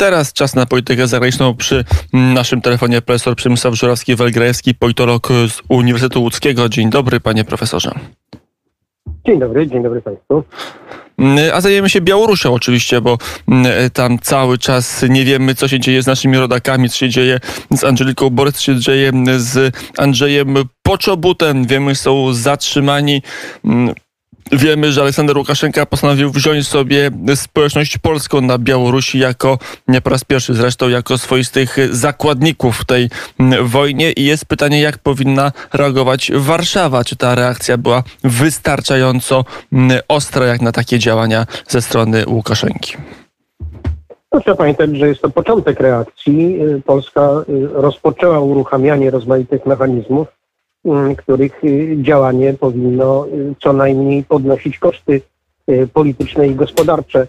teraz czas na politykę zagraniczną. Przy naszym telefonie profesor Przemysław Żurawski-Welgrajewski, politolog z Uniwersytetu Łódzkiego. Dzień dobry, panie profesorze. Dzień dobry państwu. A zajmiemy się Białorusią oczywiście, bo tam cały czas nie wiemy, co się dzieje z naszymi rodakami, co się dzieje z Andżeliką Borys, co się dzieje z Andrzejem Poczobutem. Wiemy, że są zatrzymani. Wiemy, że Aleksander Łukaszenka postanowił wziąć sobie społeczność polską na Białorusi jako, nie po raz pierwszy zresztą, jako swoistych zakładników w tej wojnie. I jest pytanie, jak powinna reagować Warszawa? Czy ta reakcja była wystarczająco ostra, jak na takie działania ze strony Łukaszenki? No, trzeba pamiętać, że jest to początek reakcji. Polska rozpoczęła uruchamianie rozmaitych mechanizmów, których działanie powinno co najmniej podnosić koszty polityczne i gospodarcze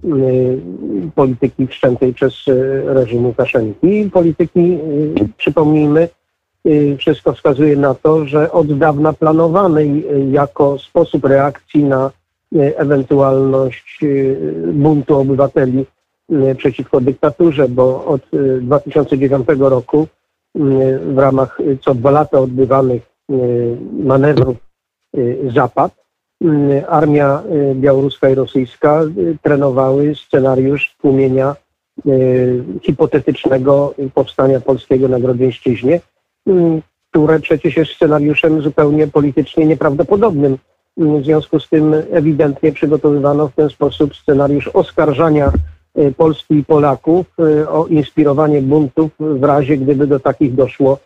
polityki wszczętej przez reżim Łukaszenki. Polityki, przypomnijmy, wszystko wskazuje na to, że od dawna planowanej jako sposób reakcji na ewentualność buntu obywateli przeciwko dyktaturze, bo od 2009 roku w ramach co 2 lata odbywanych manewrów Zapad, armia białoruska i rosyjska trenowały scenariusz tłumienia hipotetycznego powstania polskiego na Grodzieńszczyźnie, które przecież jest scenariuszem zupełnie politycznie nieprawdopodobnym. W związku z tym ewidentnie przygotowywano w ten sposób scenariusz oskarżania Polski i Polaków o inspirowanie buntów w razie, gdyby do takich doszło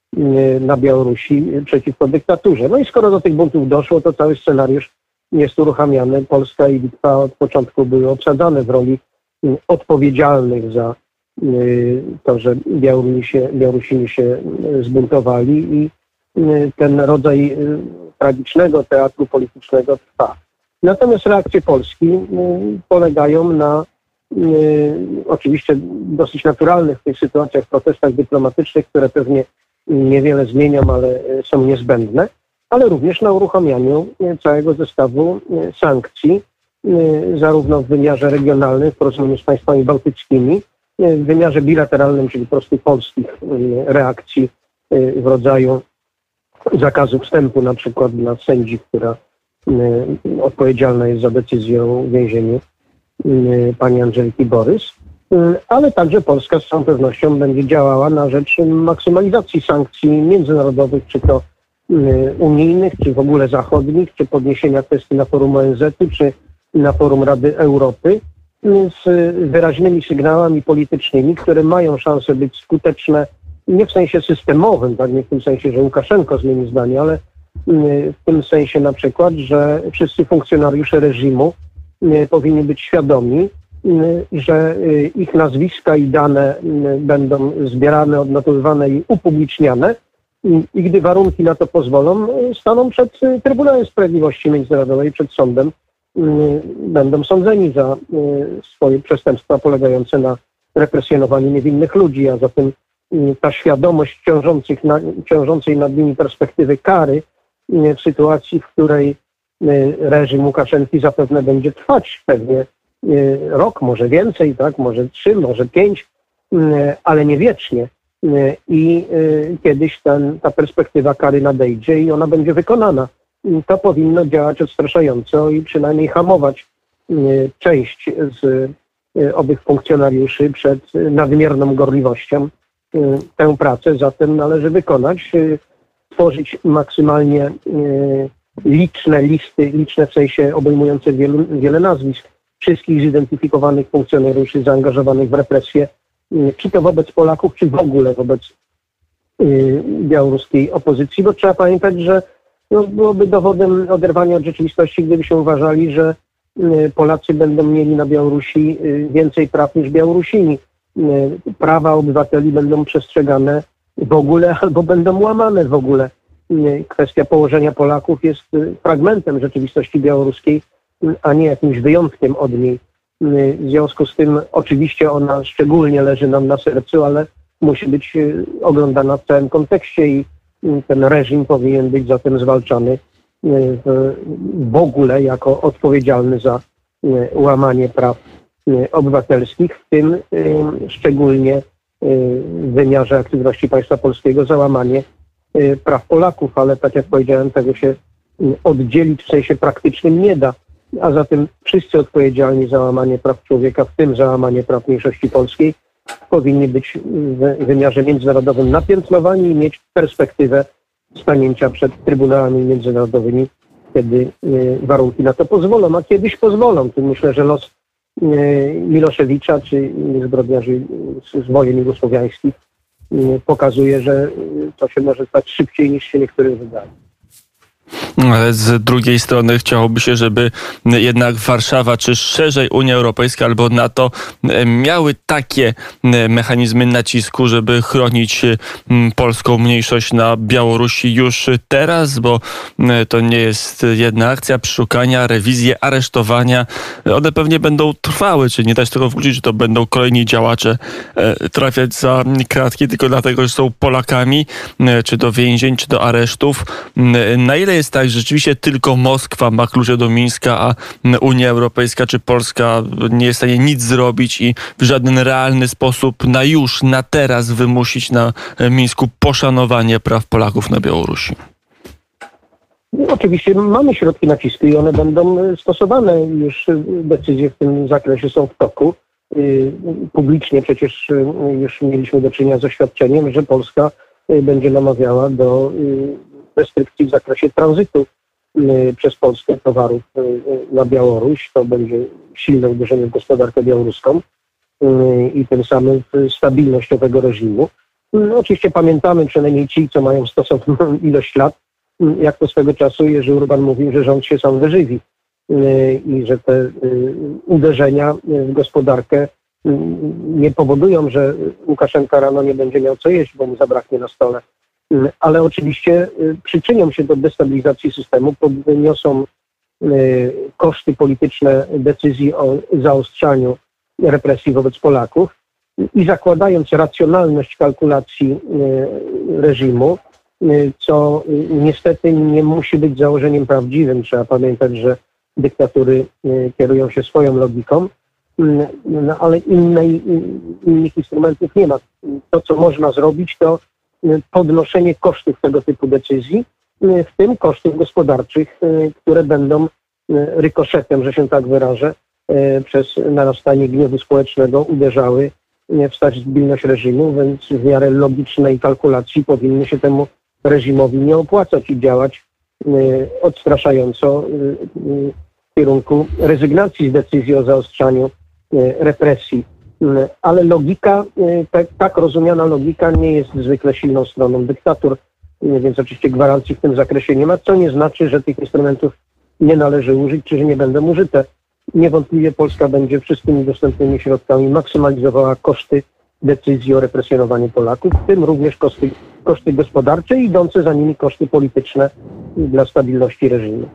na Białorusi przeciwko dyktaturze. No i skoro do tych buntów doszło, to cały scenariusz jest uruchamiany. Polska i Litwa od początku były obsadzane w roli odpowiedzialnych za to, że Białorusini się zbuntowali i ten rodzaj tragicznego teatru politycznego trwa. Natomiast reakcje Polski polegają na oczywiście dosyć naturalnych w tych sytuacjach protestach dyplomatycznych, które pewnie niewiele zmienią, ale są niezbędne, ale również na uruchamianiu całego zestawu sankcji, zarówno w wymiarze regionalnym, w porozumieniu z państwami bałtyckimi, w wymiarze bilateralnym, czyli po prostu polskich reakcji w rodzaju zakazu wstępu na przykład dla sędzi, która odpowiedzialna jest za decyzję o więzieniu pani Andżeliki Borys, ale także Polska z całą pewnością będzie działała na rzecz maksymalizacji sankcji międzynarodowych, czy to unijnych, czy w ogóle zachodnich, czy podniesienia kwestii na forum ONZ-u, czy na forum Rady Europy, z wyraźnymi sygnałami politycznymi, które mają szansę być skuteczne nie w sensie systemowym, tak, nie w tym sensie, że Łukaszenko zmieni zdanie, ale w tym sensie na przykład, że wszyscy funkcjonariusze reżimu powinni być świadomi, że ich nazwiska i dane będą zbierane, odnotowywane i upubliczniane i gdy warunki na to pozwolą, staną przed Trybunałem Sprawiedliwości Międzynarodowej, przed sądem, będą sądzeni za swoje przestępstwa polegające na represjonowaniu niewinnych ludzi, a zatem ta świadomość ciążącej nad nimi perspektywy kary w sytuacji, w której reżim Łukaszenki zapewne będzie trwać pewnie rok, może więcej, tak, może 3, może 5, ale nie wiecznie. I kiedyś ta perspektywa kary nadejdzie i ona będzie wykonana. To powinno działać odstraszająco i przynajmniej hamować część z owych funkcjonariuszy przed nadmierną gorliwością. Tę pracę zatem należy wykonać, tworzyć maksymalnie liczne listy, liczne w sensie obejmujące wiele nazwisk wszystkich zidentyfikowanych funkcjonariuszy zaangażowanych w represję, czy to wobec Polaków, czy w ogóle wobec białoruskiej opozycji, bo trzeba pamiętać, że byłoby dowodem oderwania od rzeczywistości, gdybyśmy uważali, że Polacy będą mieli na Białorusi więcej praw niż Białorusini. Prawa obywateli będą przestrzegane w ogóle albo będą łamane w ogóle. Kwestia położenia Polaków jest fragmentem rzeczywistości białoruskiej, a nie jakimś wyjątkiem od niej. W związku z tym oczywiście ona szczególnie leży nam na sercu, ale musi być oglądana w całym kontekście i ten reżim powinien być zatem zwalczany w ogóle jako odpowiedzialny za łamanie praw obywatelskich, w tym szczególnie w wymiarze aktywności państwa polskiego załamanie praw Polaków, ale tak jak powiedziałem, tego się oddzielić w sensie praktycznym nie da, a zatem wszyscy odpowiedzialni za łamanie praw człowieka, w tym za łamanie praw mniejszości polskiej, powinni być w wymiarze międzynarodowym napiętnowani i mieć perspektywę stanięcia przed trybunałami międzynarodowymi, kiedy warunki na to pozwolą, a kiedyś pozwolą. Tu myślę, że los Miloszewicza czy zbrodniarzy z wojen jugosłowiańskich pokazuje, że to się może stać szybciej niż się niektórym wydaje. Ale z drugiej strony chciałoby się, żeby jednak Warszawa, czy szerzej Unia Europejska albo NATO miały takie mechanizmy nacisku, żeby chronić polską mniejszość na Białorusi już teraz, bo to nie jest jedna akcja przeszukania, rewizje, aresztowania. One pewnie będą trwały, czy nie da się tego wrócić, że to będą kolejni działacze trafiać za kratki tylko dlatego, że są Polakami, czy do więzień, czy do aresztów. Na ile jest tak, że rzeczywiście tylko Moskwa ma klucze do Mińska, a Unia Europejska czy Polska nie jest w stanie nic zrobić i w żaden realny sposób na teraz wymusić na Mińsku poszanowanie praw Polaków na Białorusi? No, oczywiście mamy środki nacisku i one będą stosowane. Już decyzje w tym zakresie są w toku. Publicznie przecież już mieliśmy do czynienia z oświadczeniem, że Polska będzie namawiała do restrykcji w zakresie tranzytu przez Polskę towarów na Białoruś. To będzie silne uderzenie w gospodarkę białoruską i tym samym w stabilność owego reżimu. No, oczywiście pamiętamy, przynajmniej ci, co mają stosowną ilość lat, jak to swego czasu Jerzy Urban mówił, że rząd się sam wyżywi i że te uderzenia w gospodarkę nie powodują, że Łukaszenka rano nie będzie miał co jeść, bo mu zabraknie na stole. Ale oczywiście przyczynią się do destabilizacji systemu, podniosą koszty polityczne decyzji o zaostrzaniu represji wobec Polaków i zakładając racjonalność kalkulacji reżimu, co niestety nie musi być założeniem prawdziwym. Trzeba pamiętać, że dyktatury kierują się swoją logiką, no, ale innych instrumentów nie ma. To, co można zrobić, to podnoszenie kosztów tego typu decyzji, w tym kosztów gospodarczych, które będą rykoszetem, że się tak wyrażę, przez narastanie gniewu społecznego uderzały w stabilność reżimu, więc w miarę logicznej kalkulacji powinny się temu reżimowi nie opłacać i działać odstraszająco w kierunku rezygnacji z decyzji o zaostrzaniu represji. Ale logika, tak rozumiana logika nie jest zwykle silną stroną dyktatur, więc oczywiście gwarancji w tym zakresie nie ma, co nie znaczy, że tych instrumentów nie należy użyć, czy że nie będą użyte. Niewątpliwie Polska będzie wszystkimi dostępnymi środkami maksymalizowała koszty decyzji o represjonowaniu Polaków, w tym również koszty gospodarcze i idące za nimi koszty polityczne dla stabilności reżimu.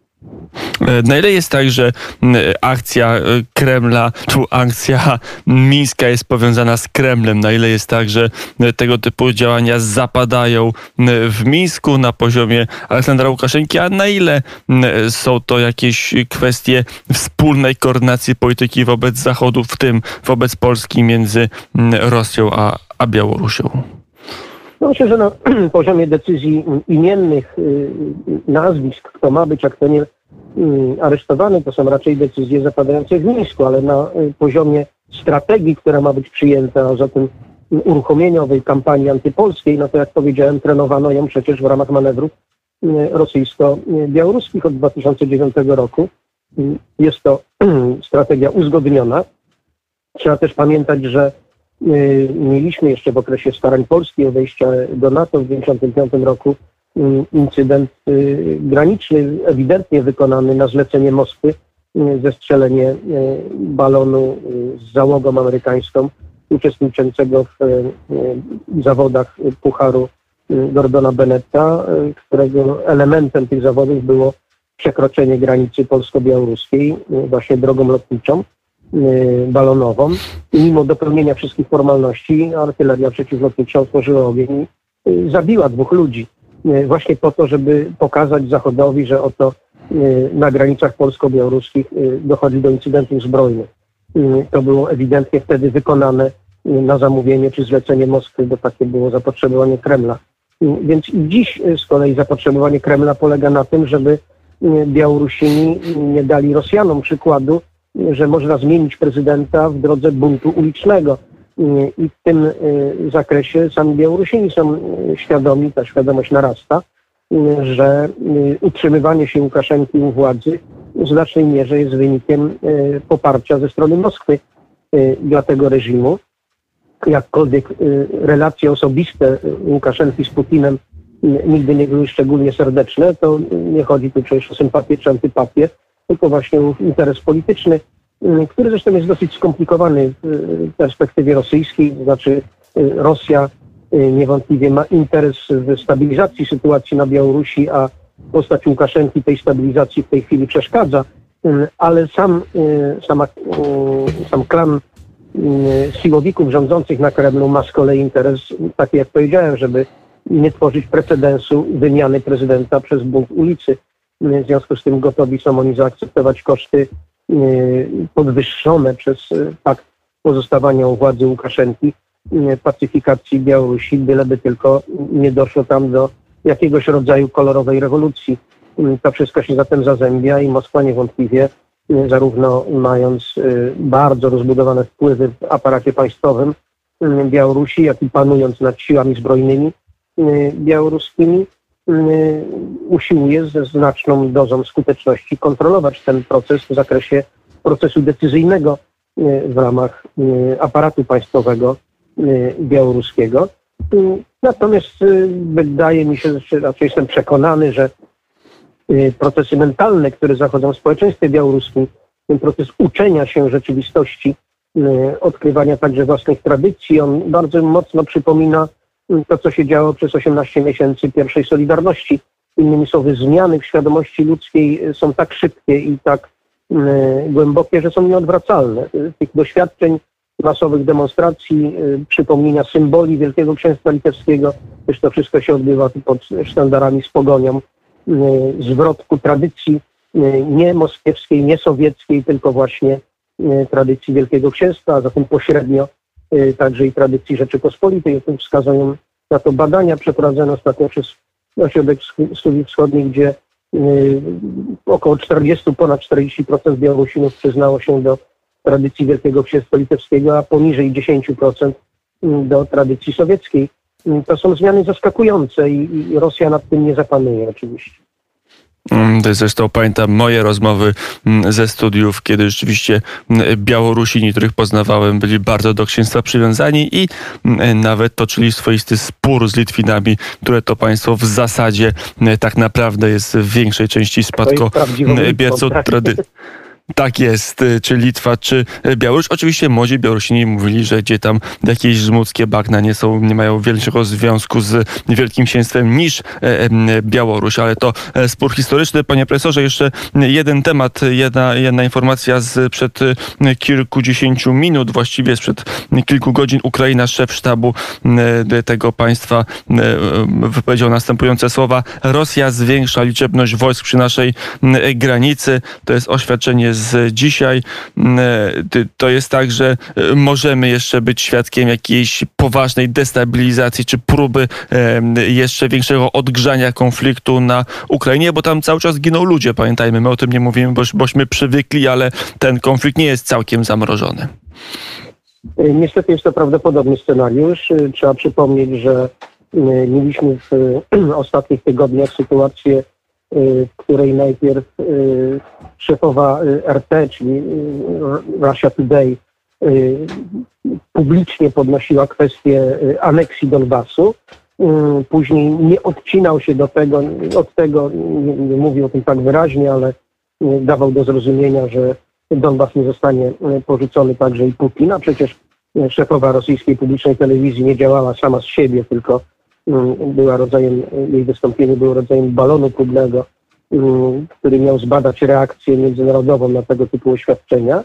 Na ile jest tak, że akcja Kremla, czy akcja mińska jest powiązana z Kremlem? Na ile jest tak, że tego typu działania zapadają w Mińsku na poziomie Aleksandra Łukaszenki, a na ile są to jakieś kwestie wspólnej koordynacji polityki wobec Zachodu, w tym wobec Polski między Rosją a Białorusią? No myślę, że na poziomie decyzji imiennych nazwisk, kto ma być, a kto nie aresztowany, to są raczej decyzje zapadające w Mińsku, ale na poziomie strategii, która ma być przyjęta, a zatem uruchomieniowej kampanii antypolskiej, no to jak powiedziałem, trenowano ją przecież w ramach manewrów rosyjsko-białoruskich od 2009 roku. Jest to strategia uzgodniona. Trzeba też pamiętać, że mieliśmy jeszcze w okresie starań Polski o wejście do NATO w 1995 roku incydent graniczny, ewidentnie wykonany na zlecenie Moskwy, zestrzelenie balonu z załogą amerykańską uczestniczącego w zawodach Pucharu Gordona Bennetta, którego elementem tych zawodów było przekroczenie granicy polsko-białoruskiej właśnie drogą lotniczą, balonową. I mimo dopełnienia wszystkich formalności artyleria przeciwlotnicza otworzyła ogień i zabiła 2 ludzi. Właśnie po to, żeby pokazać Zachodowi, że oto na granicach polsko-białoruskich dochodzi do incydentów zbrojnych. To było ewidentnie wtedy wykonane na zamówienie czy zlecenie Moskwy, bo takie było zapotrzebowanie Kremla. Więc i dziś z kolei zapotrzebowanie Kremla polega na tym, żeby Białorusini nie dali Rosjanom przykładu, że można zmienić prezydenta w drodze buntu ulicznego. I w tym zakresie sami Białorusini są świadomi, ta świadomość narasta, że utrzymywanie się Łukaszenki u władzy w znacznej mierze jest wynikiem poparcia ze strony Moskwy dla tego reżimu. Jakkolwiek relacje osobiste Łukaszenki z Putinem nigdy nie były szczególnie serdeczne, to nie chodzi tu przecież o sympatię czy antypatię, tylko właśnie o interes polityczny, który zresztą jest dosyć skomplikowany w perspektywie rosyjskiej, to znaczy Rosja niewątpliwie ma interes w stabilizacji sytuacji na Białorusi, a postać Łukaszenki tej stabilizacji w tej chwili przeszkadza, ale sam klan siłowików rządzących na Kremlu ma z kolei interes, taki jak powiedziałem, żeby nie tworzyć precedensu wymiany prezydenta przez bunt ulicy. W związku z tym gotowi są oni zaakceptować koszty podwyższone przez fakt pozostawania u władzy Łukaszenki, pacyfikacji Białorusi, byleby tylko nie doszło tam do jakiegoś rodzaju kolorowej rewolucji. To wszystko się zatem zazębia i Moskwa niewątpliwie, zarówno mając bardzo rozbudowane wpływy w aparacie państwowym Białorusi, jak i panując nad siłami zbrojnymi białoruskimi, usiłuje ze znaczną dozą skuteczności kontrolować ten proces w zakresie procesu decyzyjnego w ramach aparatu państwowego białoruskiego. Natomiast wydaje mi się, że raczej jestem przekonany, że procesy mentalne, które zachodzą w społeczeństwie białoruskim, ten proces uczenia się rzeczywistości, odkrywania także własnych tradycji, on bardzo mocno przypomina to, co się działo przez 18 miesięcy pierwszej Solidarności. Innymi słowy, zmiany w świadomości ludzkiej są tak szybkie i tak głębokie, że są nieodwracalne. Tych doświadczeń masowych demonstracji, przypomnienia symboli Wielkiego Księstwa Litewskiego, też to wszystko się odbywa pod sztandarami z pogonią, zwrot ku tradycji nie moskiewskiej, nie sowieckiej, tylko właśnie tradycji Wielkiego Księstwa, a zatem pośrednio także i tradycji Rzeczypospolitej. O tym wskazują na to badania przeprowadzone ostatnio przez Ośrodek Studiów Wschodnich, gdzie około 40, ponad 40% Białorusinów przyznało się do tradycji Wielkiego Księstwa Litewskiego, a poniżej 10% do tradycji sowieckiej. To są zmiany zaskakujące i Rosja nad tym nie zapanuje oczywiście. Zresztą pamiętam moje rozmowy ze studiów, kiedy rzeczywiście Białorusini, których poznawałem, byli bardzo do księstwa przywiązani i nawet toczyli swoisty spór z Litwinami, które to państwo w zasadzie tak naprawdę jest w większej części spadkobiercą tradycji. Tak jest, czy Litwa, czy Białoruś. Oczywiście młodzi Białorusini mówili, że gdzie tam jakieś żmudzkie bagna nie mają większego związku z Wielkim Księstwem niż Białoruś, ale to spór historyczny. Panie profesorze, jeszcze jeden temat, jedna informacja sprzed kilkudziesięciu minut, właściwie sprzed kilku godzin. Ukraina, szef sztabu tego państwa wypowiedział następujące słowa: Rosja zwiększa liczebność wojsk przy naszej granicy. To jest oświadczenie z dzisiaj. To jest tak, że możemy jeszcze być świadkiem jakiejś poważnej destabilizacji czy próby jeszcze większego odgrzania konfliktu na Ukrainie, bo tam cały czas giną ludzie, pamiętajmy. My o tym nie mówimy, bośmy przywykli, ale ten konflikt nie jest całkiem zamrożony. Niestety jest to prawdopodobny scenariusz. Trzeba przypomnieć, że mieliśmy w ostatnich tygodniach sytuację, w której najpierw szefowa RT, czyli Russia Today, publicznie podnosiła kwestię aneksji Donbasu. Później nie odcinał się od tego, nie mówił o tym tak wyraźnie, ale dawał do zrozumienia, że Donbas nie zostanie porzucony także i Putin, a przecież szefowa rosyjskiej publicznej telewizji nie działała sama z siebie, tylko jej wystąpienie było rodzajem balonu próbnego, który miał zbadać reakcję międzynarodową na tego typu oświadczenia.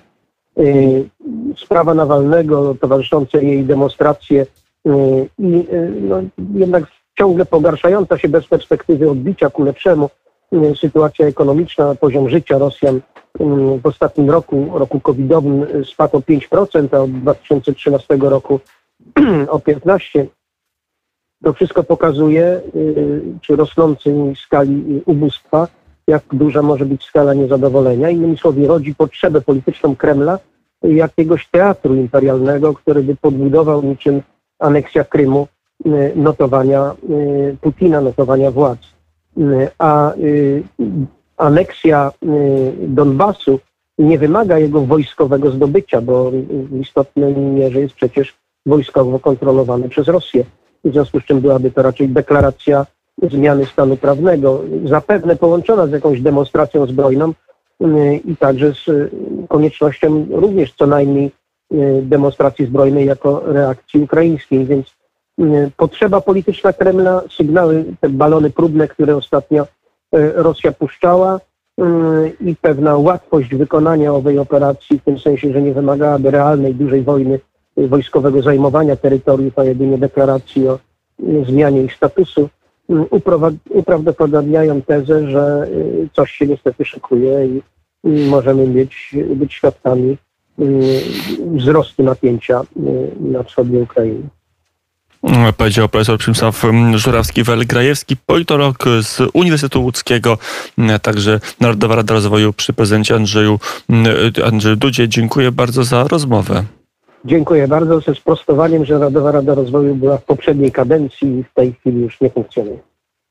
Sprawa Nawalnego, towarzyszące jej demonstracje i jednak ciągle pogarszająca się bez perspektywy odbicia ku lepszemu sytuacja ekonomiczna, poziom życia Rosjan w ostatnim roku covidowym spadł o 5%, a od 2013 roku o 15%. To wszystko pokazuje przy rosnącej skali ubóstwa, jak duża może być skala niezadowolenia. Innymi słowy, rodzi potrzebę polityczną Kremla jakiegoś teatru imperialnego, który by podbudował niczym aneksja Krymu notowania Putina, notowania władz. A aneksja Donbasu nie wymaga jego wojskowego zdobycia, bo w istotnej mierze jest przecież wojskowo kontrolowany przez Rosję. W związku z czym byłaby to raczej deklaracja zmiany stanu prawnego, zapewne połączona z jakąś demonstracją zbrojną i także z koniecznością również co najmniej demonstracji zbrojnej jako reakcji ukraińskiej. Więc potrzeba polityczna Kremla, sygnały, te balony próbne, które ostatnio Rosja puszczała i pewna łatwość wykonania owej operacji w tym sensie, że nie wymagałaby realnej, dużej wojny, wojskowego zajmowania terytoriów, a jedynie deklaracji o zmianie ich statusu, uprawdopodobniają tezę, że coś się niestety szykuje i możemy być świadkami wzrostu napięcia na wschodzie Ukrainy. Powiedział profesor Przemysław Żurawski-Welgrajewski, politolog z Uniwersytetu Łódzkiego, także Narodowa Rada Rozwoju przy prezydencie Andrzeju Dudzie. Dziękuję bardzo za rozmowę. Dziękuję bardzo. Ze sprostowaniem, że Narodowa Rada Rozwoju była w poprzedniej kadencji i w tej chwili już nie funkcjonuje.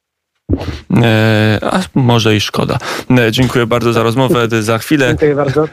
A może i szkoda. Dziękuję bardzo za rozmowę. Za chwilę. Dziękuję bardzo.